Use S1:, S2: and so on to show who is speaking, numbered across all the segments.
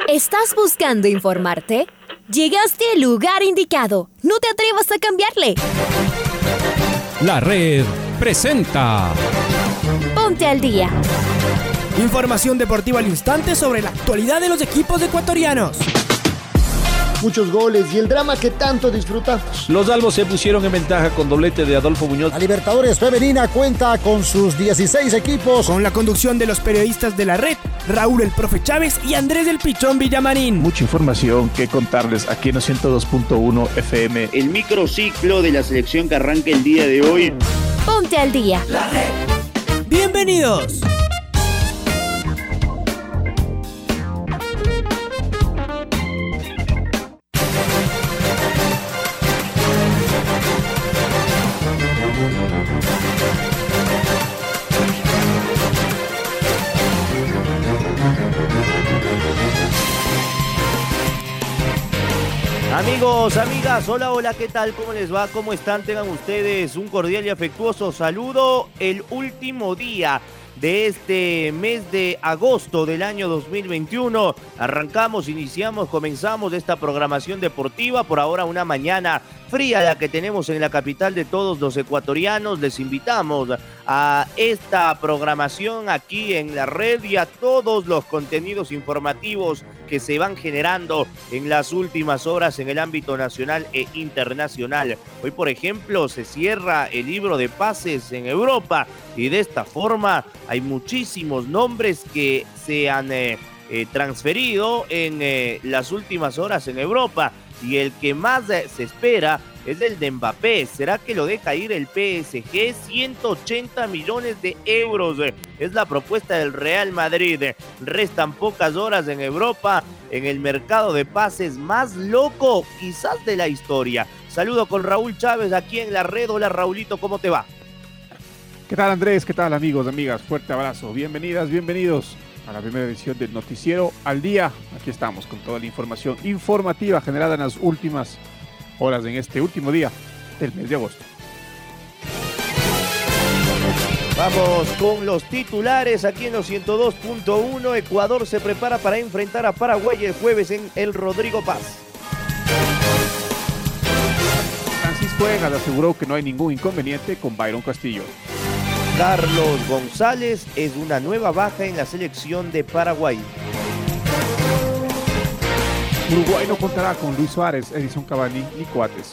S1: ¿Estás buscando informarte? Llegaste al lugar indicado. No te atrevas a cambiarle.
S2: La Red presenta
S1: Ponte al día.
S3: Información deportiva al instante sobre la actualidad de los equipos ecuatorianos.
S4: Muchos goles y el drama que tanto disfrutamos.
S5: Los albos se pusieron en ventaja con doblete de Adolfo Muñoz.
S6: La Libertadores Femenina cuenta con sus 16 equipos.
S3: Con la conducción de los periodistas de La Red, Raúl el Profe Chávez y Andrés el Pichón Villamarín.
S7: Mucha información que contarles aquí en 102.1 FM.
S8: El microciclo de la selección que arranca el día de hoy.
S1: Ponte al día.
S3: La Red. Bienvenidos.
S9: Amigos, amigas, hola, ¿qué tal? ¿Cómo les va? ¿Cómo están? Tengan ustedes un cordial y afectuoso saludo. El último día de este mes de agosto del año 2021. Comenzamos esta programación deportiva. Por ahora una mañana fría la que tenemos en la capital de todos los ecuatorianos. Les invitamos a esta programación aquí en La Red y a todos los contenidos informativos que se van generando en las últimas horas en el ámbito nacional e internacional. Hoy, por ejemplo, se cierra el libro de pases en Europa y de esta forma hay muchísimos nombres que se han transferido en las últimas horas en Europa, y el que más se espera es el de Mbappé. ¿Será que lo deja ir el PSG? 180 millones de euros es la propuesta del Real Madrid. Restan pocas horas en Europa, en el mercado de pases más loco quizás de la historia. Saludo con Raúl Chávez aquí en La Red. Hola Raulito, ¿cómo te va?
S7: ¿Qué tal, Andrés? ¿Qué tal, amigos, amigas? Fuerte abrazo. Bienvenidas, bienvenidos a la primera edición del Noticiero al Día. Aquí estamos con toda la información informativa generada en las últimas horas en este último día del mes de agosto.
S9: Vamos con los titulares aquí en los 102.1. Ecuador se prepara para enfrentar a Paraguay el jueves en el Rodrigo Paz.
S7: Francisco Egas aseguró que no hay ningún inconveniente con Byron Castillo.
S9: Carlos González es una nueva baja en la selección de Paraguay.
S7: Uruguay no contará con Luis Suárez, Edison Cavani ni Coates.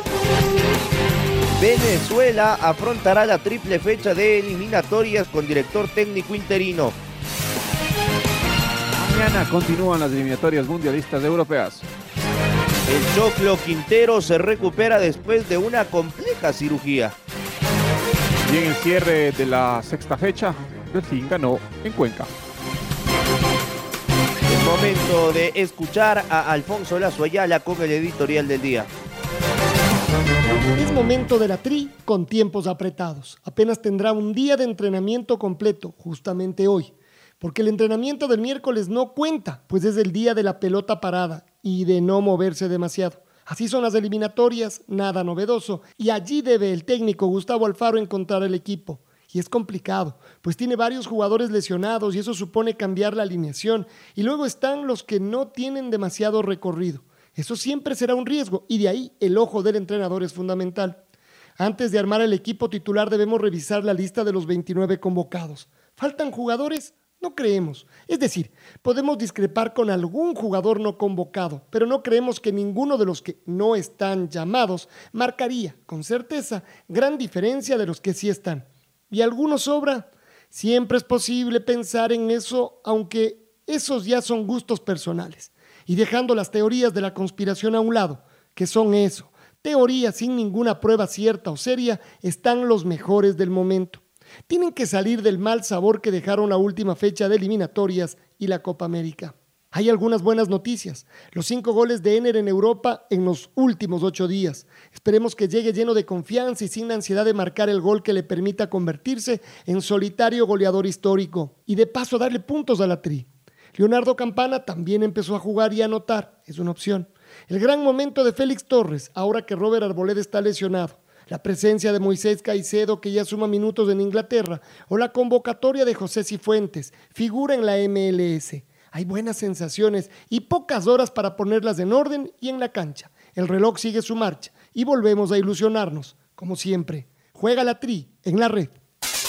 S9: Venezuela afrontará la triple fecha de eliminatorias con director técnico interino.
S7: Mañana continúan las eliminatorias mundialistas europeas.
S9: El Choclo Quintero se recupera después de una compleja cirugía.
S7: Y en el cierre de la sexta fecha, Delfín ganó en Cuenca.
S9: Es momento de escuchar a Alfonso Lazo Ayala con el editorial del día.
S4: Es momento de la Tri con tiempos apretados. Apenas tendrá un día de entrenamiento completo, justamente hoy. Porque el entrenamiento del miércoles no cuenta, pues es el día de la pelota parada y de no moverse demasiado. Así son las eliminatorias, nada novedoso, y allí debe el técnico Gustavo Alfaro encontrar el equipo. Y es complicado, pues tiene varios jugadores lesionados y eso supone cambiar la alineación. Y luego están los que no tienen demasiado recorrido. Eso siempre será un riesgo y de ahí el ojo del entrenador es fundamental. Antes de armar el equipo titular debemos revisar la lista de los 29 convocados. ¿Faltan jugadores? No creemos. Es decir, podemos discrepar con algún jugador no convocado, pero no creemos que ninguno de los que no están llamados marcaría, con certeza, gran diferencia de los que sí están. ¿Y alguno sobra? Siempre es posible pensar en eso, aunque esos ya son gustos personales. Y dejando las teorías de la conspiración a un lado, que son eso, teorías sin ninguna prueba cierta o seria, están los mejores del momento. Tienen que salir del mal sabor que dejaron la última fecha de eliminatorias y la Copa América. Hay algunas buenas noticias. Los 5 goles de Ener en Europa en los últimos 8 días. Esperemos que llegue lleno de confianza y sin la ansiedad de marcar el gol que le permita convertirse en solitario goleador histórico. Y de paso darle puntos a la Tri. Leonardo Campana también empezó a jugar y a anotar. Es una opción. El gran momento de Félix Torres, ahora que Robert Arboleda está lesionado. La presencia de Moisés Caicedo, que ya suma minutos en Inglaterra, o la convocatoria de José Cifuentes, figura en la MLS. Hay buenas sensaciones y pocas horas para ponerlas en orden y en la cancha. El reloj sigue su marcha y volvemos a ilusionarnos, como siempre. Juega la Tri en la red.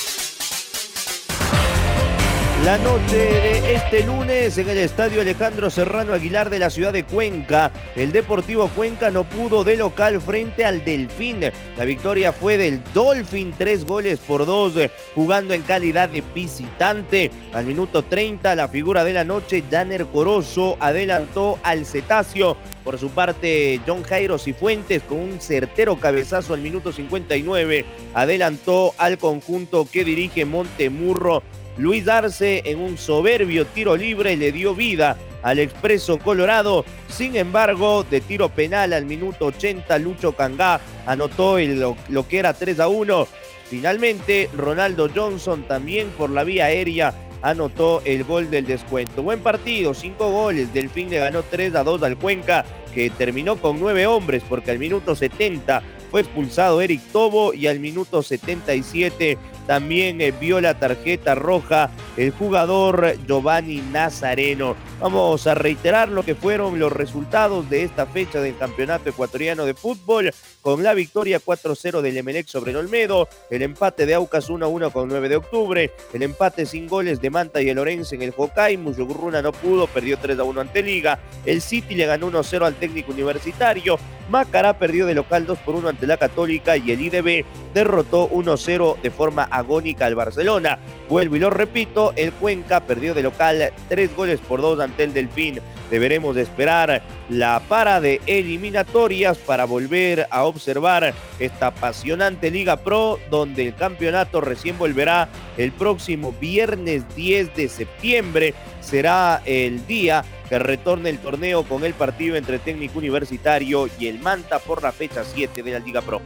S9: La noche de este lunes en el estadio Alejandro Serrano Aguilar de la ciudad de Cuenca, el Deportivo Cuenca no pudo de local frente al Delfín. La victoria fue del Dolphin, 3-2, jugando en calidad de visitante. Al minuto 30, la figura de la noche, Danner Corozo, adelantó al Cetáceo. Por su parte, John Jairo Cifuentes, con un certero cabezazo al minuto 59, adelantó al conjunto que dirige Montemurro. Luis Arce, en un soberbio tiro libre, le dio vida al Expreso Colorado. Sin embargo, de tiro penal al minuto 80, Lucho Cangá anotó lo que era 3-1. Finalmente, Ronaldo Johnson, también por la vía aérea, anotó el gol del descuento. Buen partido, 5 goles. Delfín le ganó 3-2 al Cuenca, que terminó con 9 hombres, porque al minuto 70 fue expulsado Eric Tobo y al minuto 77 también vio la tarjeta roja el jugador Giovanni Nazareno. Vamos a reiterar lo que fueron los resultados de esta fecha del Campeonato Ecuatoriano de Fútbol, con la victoria 4-0 del Emelec sobre el Olmedo, el empate de Aucas 1-1 con 9 de octubre, el empate sin goles de Manta y el Orense en el Jocay. Mushogorruna no pudo, perdió 3-1 ante Liga, el City le ganó 1-0 al Técnico Universitario, Macará perdió de local 2-1 ante la Católica y el IDB derrotó 1-0 de forma agónica al Barcelona. Vuelvo y lo repito, el Cuenca perdió de local 3-2 ante el Delfín. Deberemos esperar la para de eliminatorias para volver a observar esta apasionante Liga Pro, donde el campeonato recién volverá el próximo viernes 10 de septiembre. Será el día que retorne el torneo con el partido entre Técnico Universitario y el Manta por la fecha 7 de la Liga Pro.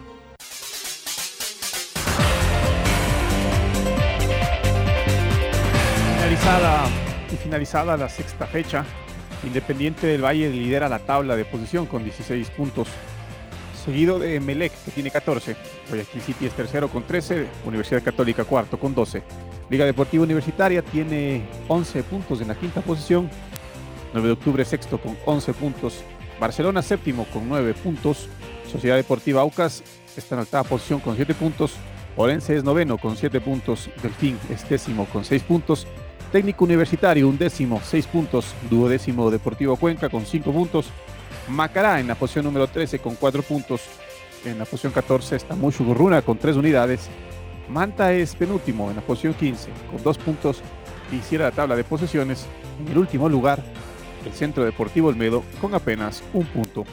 S7: Finalizada la sexta fecha, Independiente del Valle lidera la tabla de posición con 16 puntos, seguido de Emelec, que tiene 14, Guayaquil City es tercero con 13, Universidad Católica cuarto con 12. Liga Deportiva Universitaria tiene 11 puntos en la quinta posición, 9 de octubre sexto con 11 puntos, Barcelona séptimo con 9 puntos, Sociedad Deportiva Aucas está en la octava posición con 7 puntos, Orense es noveno con 7 puntos, Delfín es décimo con 6 puntos, Técnico Universitario undécimo, 6 puntos, duodécimo Deportivo Cuenca con 5 puntos, Macará en la posición número 13 con 4 puntos, en la posición 14 está Mushogorruna con 3 unidades, Manta es penúltimo en la posición 15 con 2 puntos y cierra la tabla de posiciones en el último lugar el Centro Deportivo Olmedo con apenas 1 punto.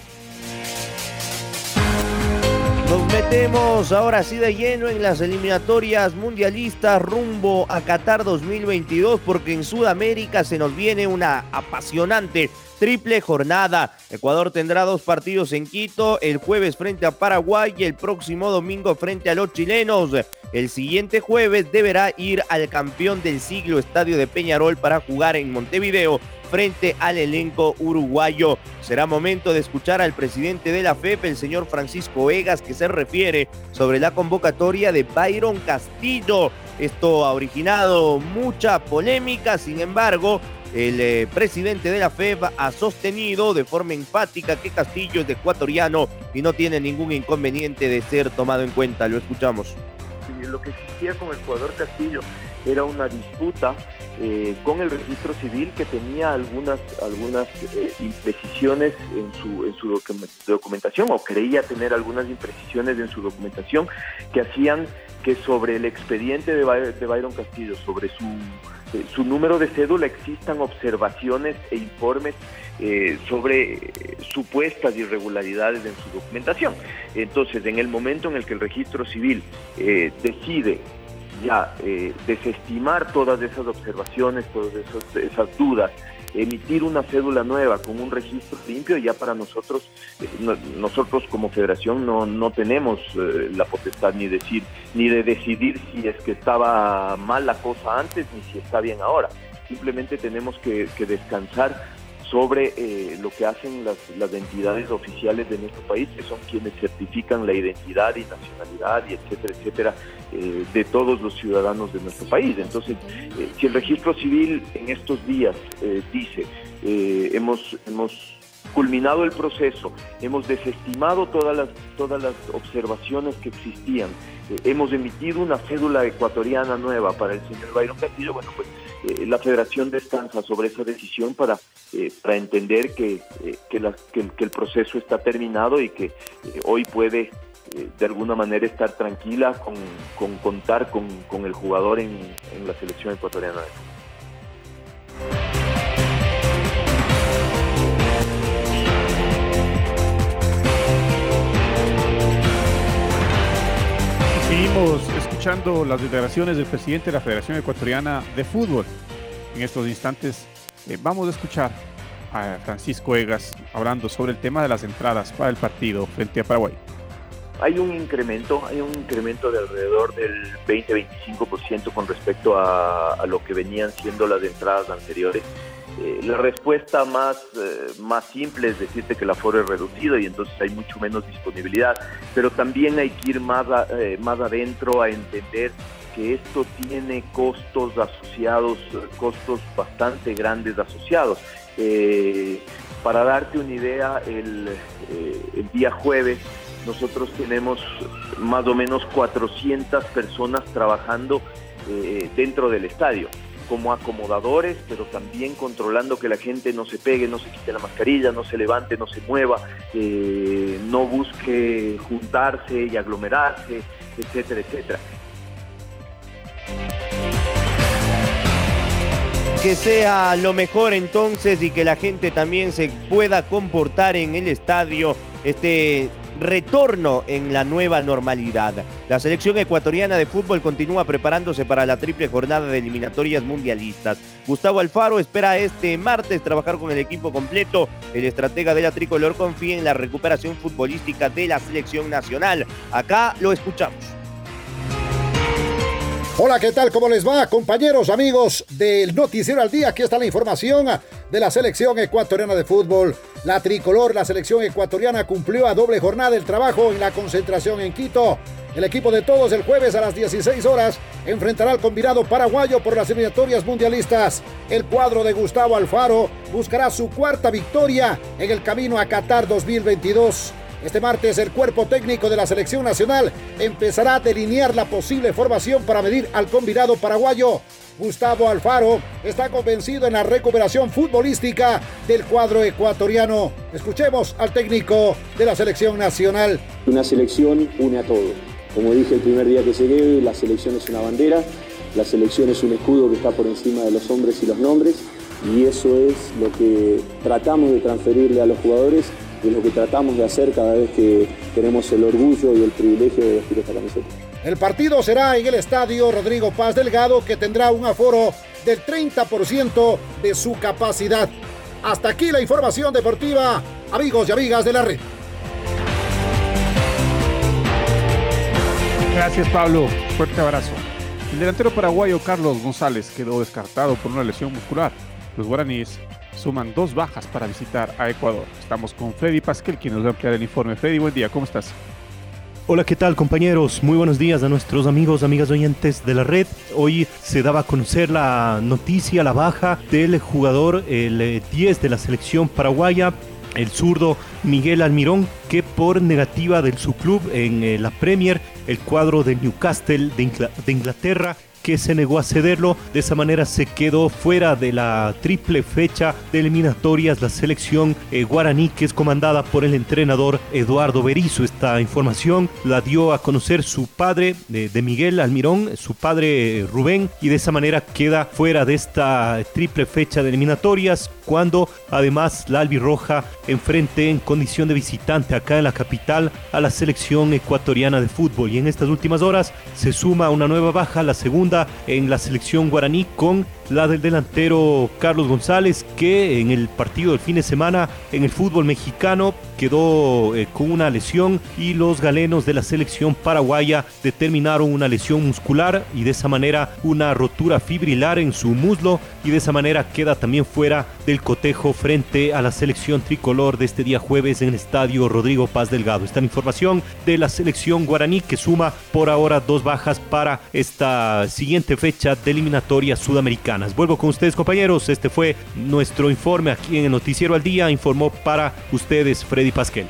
S9: Nos metemos ahora sí de lleno en las eliminatorias mundialistas rumbo a Qatar 2022, porque en Sudamérica se nos viene una apasionante triple jornada. Ecuador tendrá 2 partidos en Quito, el jueves frente a Paraguay y el próximo domingo frente a los chilenos. El siguiente jueves deberá ir al campeón del siglo Estadio de Peñarol para jugar en Montevideo frente al elenco uruguayo. Será momento de escuchar al presidente de la FEP, el señor Francisco Egas, que se refiere sobre la convocatoria de Byron Castillo. Esto ha originado mucha polémica, sin embargo, el presidente de la FEP ha sostenido de forma enfática que Castillo es ecuatoriano y no tiene ningún inconveniente de ser tomado en cuenta. Lo escuchamos.
S10: Lo que existía con el jugador Castillo era una disputa con el registro civil, que tenía algunas imprecisiones en su documentación, o creía tener algunas imprecisiones en su documentación, que hacían que sobre el expediente de Byron Castillo, sobre su número de cédula, existan observaciones e informes sobre supuestas irregularidades en su documentación. Entonces, en el momento en el que el registro civil decide ya desestimar todas esas observaciones, todas esas dudas, emitir una cédula nueva con un registro limpio, ya para nosotros como federación no tenemos la potestad ni de decidir si es que estaba mal la cosa antes ni si está bien ahora. Simplemente tenemos que descansar sobre lo que hacen las entidades oficiales de nuestro país, que son quienes certifican la identidad y nacionalidad y etcétera, de todos los ciudadanos de nuestro país. Entonces, si el registro civil en estos días dice, hemos culminado el proceso, hemos desestimado todas las observaciones que existían, hemos emitido una cédula ecuatoriana nueva para el señor Byron Castillo, bueno, pues la Federación descansa sobre esa decisión para entender que el proceso está terminado y que hoy puede de alguna manera estar tranquila con contar con el jugador en la selección ecuatoriana de fútbol.
S7: Seguimos escuchando las declaraciones del presidente de la Federación Ecuatoriana de Fútbol. En estos instantes vamos a escuchar a Francisco Egas hablando sobre el tema de las entradas para el partido frente a Paraguay.
S10: Hay un incremento de alrededor del 20-25% con respecto a lo que venían siendo las entradas anteriores. La respuesta más simple es decirte que el aforo es reducido y entonces hay mucho menos disponibilidad, pero también hay que ir más adentro a entender que esto tiene costos asociados, costos bastante grandes asociados. Para darte una idea, el día jueves nosotros tenemos más o menos 400 personas trabajando dentro del estadio, como acomodadores, pero también controlando que la gente no se pegue, no se quite la mascarilla, no se levante, no se mueva, no busque juntarse y aglomerarse, etcétera.
S9: Que sea lo mejor entonces y que la gente también se pueda comportar en el estadio, retorno en la nueva normalidad. La selección ecuatoriana de fútbol continúa preparándose para la triple jornada de eliminatorias mundialistas. Gustavo Alfaro espera este martes trabajar con el equipo completo. El estratega de la tricolor confía en la recuperación futbolística de la selección nacional. Acá lo escuchamos.
S6: Hola, ¿qué tal? ¿Cómo les va, compañeros, amigos del Noticiero al Día? Aquí está la información de la selección ecuatoriana de fútbol. La tricolor, la selección ecuatoriana, cumplió a doble jornada el trabajo en la concentración en Quito. El equipo de todos el jueves a las 16 horas enfrentará al combinado paraguayo por las eliminatorias mundialistas. El cuadro de Gustavo Alfaro buscará su cuarta victoria en el camino a Qatar 2022. Este martes el cuerpo técnico de la selección nacional empezará a delinear la posible formación para medir al combinado paraguayo. Gustavo Alfaro está convencido en la recuperación futbolística del cuadro ecuatoriano. Escuchemos al técnico de la selección nacional.
S11: Una selección une a todos. Como dije el primer día que llegué, la selección es una bandera, la selección es un escudo que está por encima de los hombres y los nombres, y eso es lo que tratamos de transferirle a los jugadores. Es lo que tratamos de hacer cada vez que tenemos el orgullo y el privilegio de vestir esta camiseta.
S6: El partido será en el estadio Rodrigo Paz Delgado, que tendrá un aforo del 30% de su capacidad. Hasta aquí la información deportiva, amigos y amigas de la red.
S7: Gracias, Pablo. Fuerte abrazo. El delantero paraguayo Carlos González quedó descartado por una lesión muscular. Los guaraníes suman 2 bajas para visitar a Ecuador. Estamos con Freddy Pasquel, quien nos va a ampliar el informe. Freddy, buen día, ¿cómo estás?
S12: Hola, ¿qué tal, compañeros? Muy buenos días a nuestros amigos, amigas oyentes de la red. Hoy se daba a conocer la noticia, la baja del jugador, el 10 de la selección paraguaya, el zurdo Miguel Almirón, que por negativa de su club en la Premier, el cuadro de Newcastle de Inglaterra, que se negó a cederlo. De esa manera se quedó fuera de la triple fecha de eliminatorias la selección guaraní, que es comandada por el entrenador Eduardo Berizzo. Esta información la dio a conocer su padre de Miguel Almirón, su padre Rubén, y de esa manera queda fuera de esta triple fecha de eliminatorias, cuando además la albirroja enfrente en condición de visitante acá en la capital a la selección ecuatoriana de fútbol. Y en estas últimas horas se suma una nueva baja, la segunda en la selección guaraní, con la del delantero Carlos González, que en el partido del fin de semana en el fútbol mexicano quedó con una lesión, y los galenos de la selección paraguaya determinaron una lesión muscular y de esa manera una rotura fibrilar en su muslo, y de esa manera queda también fuera del cotejo frente a la selección tricolor de este día jueves en el estadio Rodrigo Paz Delgado. Esta información de la selección guaraní, que suma por ahora 2 bajas para esta siguiente fecha de eliminatorias sudamericanas. Vuelvo con ustedes, compañeros. Este fue nuestro informe aquí en el Noticiero al Día. Informó para ustedes Freddy Pasquel.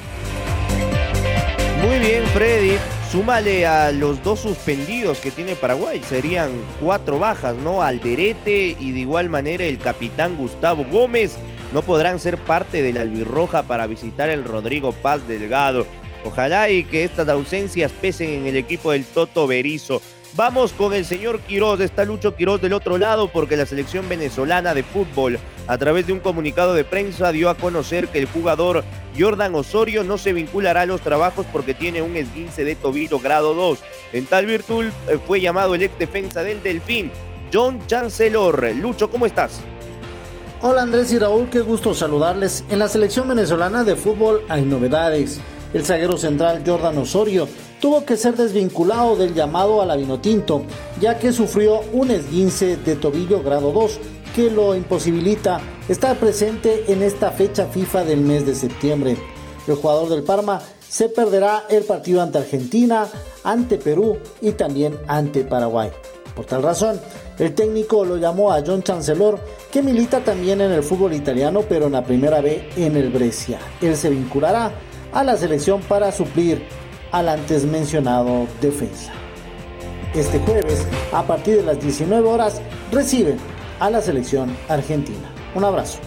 S9: Muy bien, Freddy. Súmale a los 2 suspendidos que tiene Paraguay. Serían 4 bajas, ¿no? Alderete y de igual manera el capitán Gustavo Gómez no podrán ser parte de la albirroja para visitar el Rodrigo Paz Delgado. Ojalá y que estas ausencias pesen en el equipo del Toto Berizzo. Vamos con el señor Quiroz. Está Lucho Quiroz del otro lado, porque la selección venezolana de fútbol, a través de un comunicado de prensa, dio a conocer que el jugador Jordan Osorio no se vinculará a los trabajos porque tiene un esguince de tobillo grado 2. En tal virtud fue llamado el ex defensa del Delfín, John Chancellor. Lucho, ¿cómo estás?
S13: Hola Andrés y Raúl, qué gusto saludarles. En la selección venezolana de fútbol hay novedades. El zaguero central Jordan Osorio tuvo que ser desvinculado del llamado a la Vinotinto, ya que sufrió un esguince de tobillo grado 2 que lo imposibilita estar presente en esta fecha FIFA del mes de septiembre. El jugador del Parma se perderá el partido ante Argentina, ante Perú y también ante Paraguay. Por tal razón, el técnico lo llamó a John Chancellor, que milita también en el fútbol italiano, pero en la primera B en el Brescia. Él se vinculará a la selección para suplir al antes mencionado defensa. Este jueves, a partir de las 19 horas, reciben a la selección argentina. Un abrazo.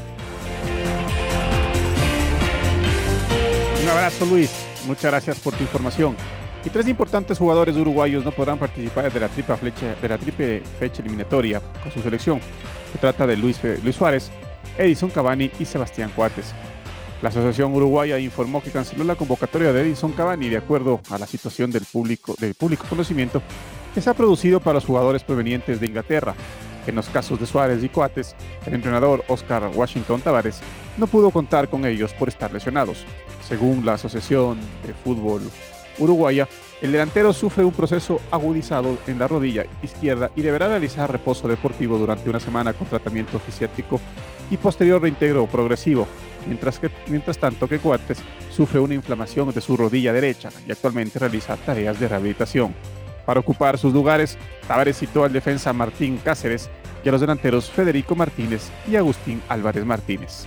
S7: Un abrazo, Luis. Muchas gracias por tu información. Y 3 importantes jugadores uruguayos no podrán participar de la triple fecha eliminatoria con su selección. Se trata de Luis Suárez, Edison Cavani y Sebastián Coates. La Asociación Uruguaya informó que canceló la convocatoria de Edison Cavani de acuerdo a la situación del público conocimiento que se ha producido para los jugadores provenientes de Inglaterra. En los casos de Suárez y Coates, el entrenador Oscar Washington Tavares no pudo contar con ellos por estar lesionados. Según la Asociación de Fútbol Uruguaya, el delantero sufre un proceso agudizado en la rodilla izquierda y deberá realizar reposo deportivo durante una semana con tratamiento fisiátrico y posterior reintegro progresivo, mientras tanto que Coates sufre una inflamación de su rodilla derecha y actualmente realiza tareas de rehabilitación. Para ocupar sus lugares, Tavares citó al defensa Martín Cáceres y a los delanteros Federico Martínez y Agustín Álvarez Martínez.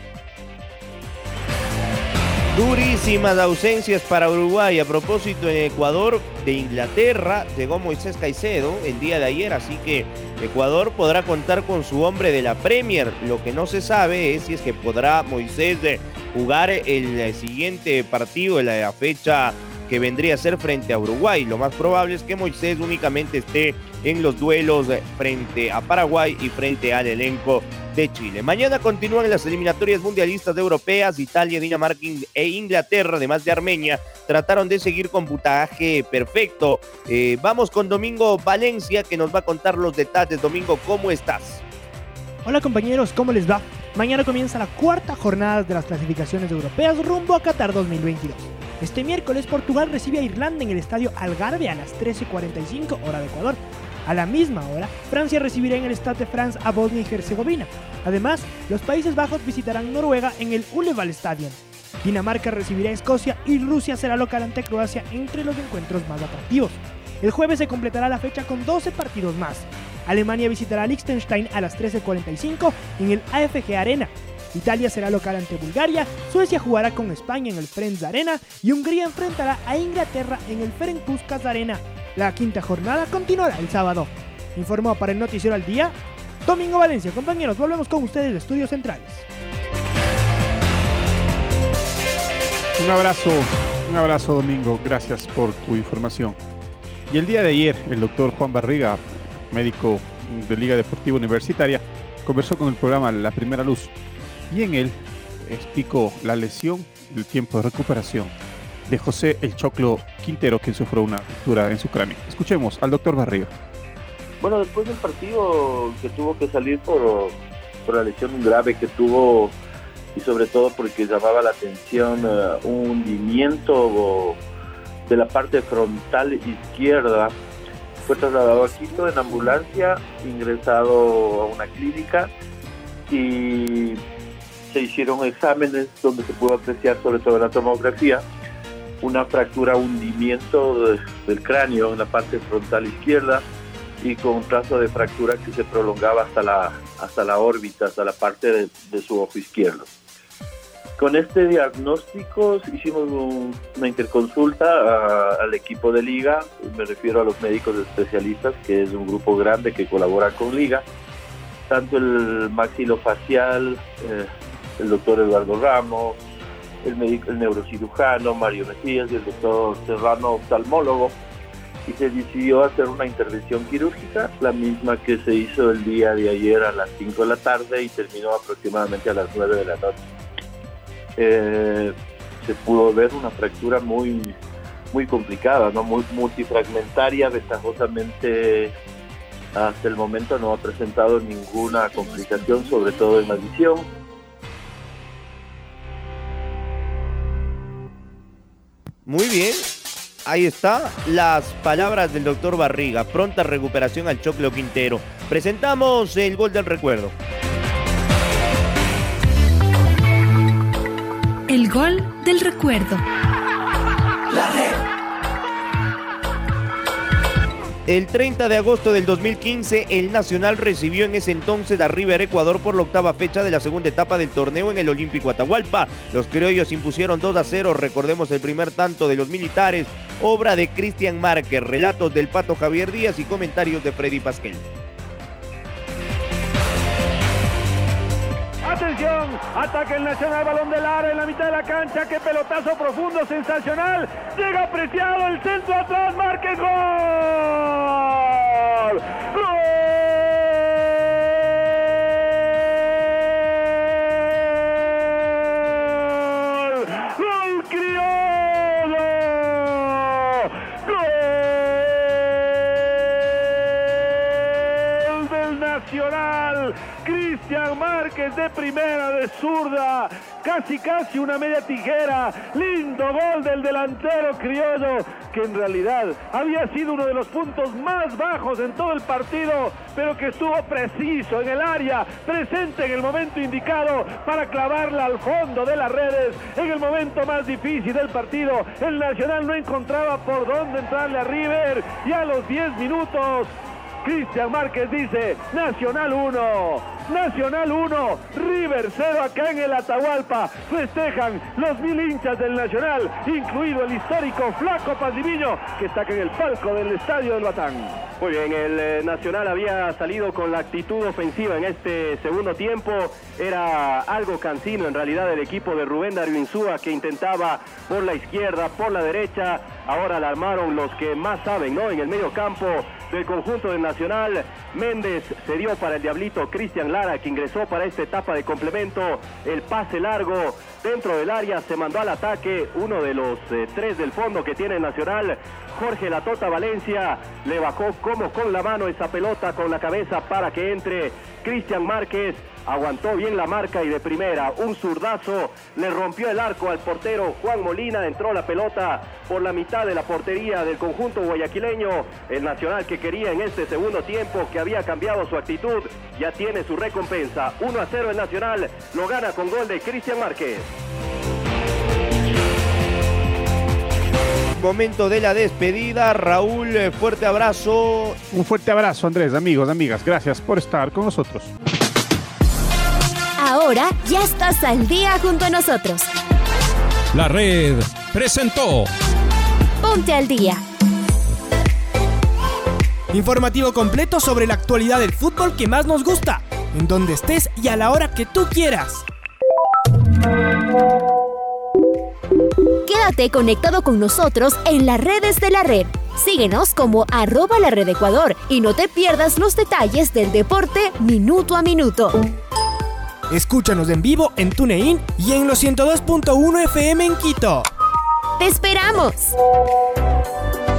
S9: Durísimas ausencias para Uruguay. A propósito, en Ecuador, de Inglaterra, llegó Moisés Caicedo el día de ayer, así que Ecuador podrá contar con su hombre de la Premier. Lo que no se sabe es si es que podrá Moisés jugar el siguiente partido de la fecha que vendría a ser frente a Uruguay. Lo más probable es que Moisés únicamente esté en los duelos frente a Paraguay y frente al elenco de Chile. Mañana continúan las eliminatorias mundialistas europeas. Italia, Dinamarca e Inglaterra, además de Armenia, trataron de seguir con puntaje perfecto. Vamos con Domingo Valencia, que nos va a contar los detalles. Domingo, ¿cómo estás?
S14: Hola compañeros, ¿cómo les va? Mañana comienza la 4ª jornada de las clasificaciones europeas rumbo a Qatar 2022. Este miércoles Portugal recibe a Irlanda en el estadio Algarve a las 13:45 hora de Ecuador. A la misma hora, Francia recibirá en el Stade de France a Bosnia y Herzegovina. Además, los Países Bajos visitarán Noruega en el Uleval Stadium. Dinamarca recibirá a Escocia y Rusia será local ante Croacia, entre los encuentros más atractivos. El jueves se completará la fecha con 12 partidos más. Alemania visitará a Liechtenstein a las 13:45 en el AFG Arena. Italia será local ante Bulgaria, Suecia jugará con España en el Friends Arena y Hungría enfrentará a Inglaterra en el Ferenc Puskás Arena. La 5ª jornada continuará el sábado. Informó para el Noticiero al Día, Domingo Valencia. Compañeros, volvemos con ustedes de Estudios Centrales.
S7: Un abrazo Domingo, gracias por tu información. Y el día de ayer, el doctor Juan Barriga, médico de Liga Deportiva Universitaria, conversó con el programa La Primera Luz y en él explicó la lesión y el tiempo de recuperación de José El Choclo Quintero, quien sufrió una ruptura en su cráneo. Escuchemos al doctor Barriga.
S10: Bueno, después del partido que tuvo que salir por la lesión grave que tuvo y sobre todo porque llamaba la atención un hundimiento de la parte frontal izquierda, fue trasladado a Quito en ambulancia, ingresado a una clínica y se hicieron exámenes donde se pudo apreciar, sobre todo en la tomografía, una fractura, hundimiento del cráneo en la parte frontal izquierda y con un trazo de fractura que se prolongaba hasta la órbita, hasta la parte de su ojo izquierdo. Con este diagnóstico hicimos una interconsulta al equipo de Liga, me refiero a los médicos especialistas, que es un grupo grande que colabora con Liga, tanto el maxilofacial, el doctor Eduardo Ramos, el neurocirujano Mario Mejías y el doctor Serrano, oftalmólogo, y se decidió hacer una intervención quirúrgica, la misma que se hizo el día de ayer a las 5 de la tarde y terminó aproximadamente a las 9 de la noche. Se pudo ver una fractura muy complicada, ¿no? Muy multifragmentaria. Ventajosamente hasta el momento no ha presentado ninguna complicación, sobre todo en la visión.
S9: Muy bien, ahí está las palabras del doctor Barriga. Pronta recuperación al Choclo Quintero. Presentamos el gol del recuerdo.
S15: El gol del recuerdo.
S9: El 30 de agosto del 2015, el Nacional recibió en ese entonces a River Ecuador por la octava fecha de la segunda etapa del torneo en el Olímpico Atahualpa. Los criollos impusieron 2-0, recordemos el primer tanto de los militares, obra de Cristian Márquez, relatos del Pato Javier Díaz y comentarios de Freddy Pasquel.
S16: Atención, ataque el Nacional, balón del área en la mitad de la cancha, qué pelotazo profundo, sensacional, llega apreciado, el centro atrás, Márquez, gol, gol criollo, gol del Nacional. Cristian Márquez de primera, de zurda, casi una media tijera, lindo gol del delantero criollo, que en realidad había sido uno de los puntos más bajos en todo el partido, pero que estuvo preciso en el área, presente en el momento indicado para clavarla al fondo de las redes, en el momento más difícil del partido. El Nacional no encontraba por dónde entrarle a River, y a los 10 minutos Cristian Márquez dice: Nacional 1, River 0 acá en el Atahualpa. Festejan los 1000 hinchas del Nacional, incluido el histórico Flaco Paziviño, que está acá en el palco del Estadio del Batán.
S17: Muy bien, el Nacional había salido con la actitud ofensiva en este segundo tiempo. Era algo cansino en realidad el equipo de Rubén Darío Insúa, que intentaba por la izquierda, por la derecha. Ahora la armaron los que más saben, ¿no? En el medio campo del conjunto del Nacional, Méndez se dio para el Diablito Cristian Lara, que ingresó para esta etapa de complemento. El pase largo dentro del área, se mandó al ataque uno de los tres del fondo que tiene el Nacional, Jorge La Tota Valencia, le bajó como con la mano esa pelota con la cabeza para que entre Cristian Márquez. Aguantó bien la marca y de primera, un zurdazo, le rompió el arco al portero Juan Molina, entró la pelota por la mitad de la portería del conjunto guayaquileño. El Nacional, que quería en este segundo tiempo, que había cambiado su actitud, ya tiene su recompensa. 1-0 el Nacional, lo gana con gol de Cristian Márquez.
S9: Momento de la despedida, Raúl, fuerte abrazo.
S7: Un fuerte abrazo, Andrés, amigos, amigas, gracias por estar con nosotros.
S1: Ahora ya estás al día junto a nosotros.
S2: La Red presentó
S1: Ponte al Día.
S3: Informativo completo sobre la actualidad del fútbol que más nos gusta, en donde estés y a la hora que tú quieras.
S1: Quédate conectado con nosotros en las redes de la Red. Síguenos como @LaRedEcuador y no te pierdas los detalles del deporte minuto a minuto.
S3: Escúchanos en vivo en TuneIn y en los 102.1 FM en Quito.
S1: ¡Te esperamos!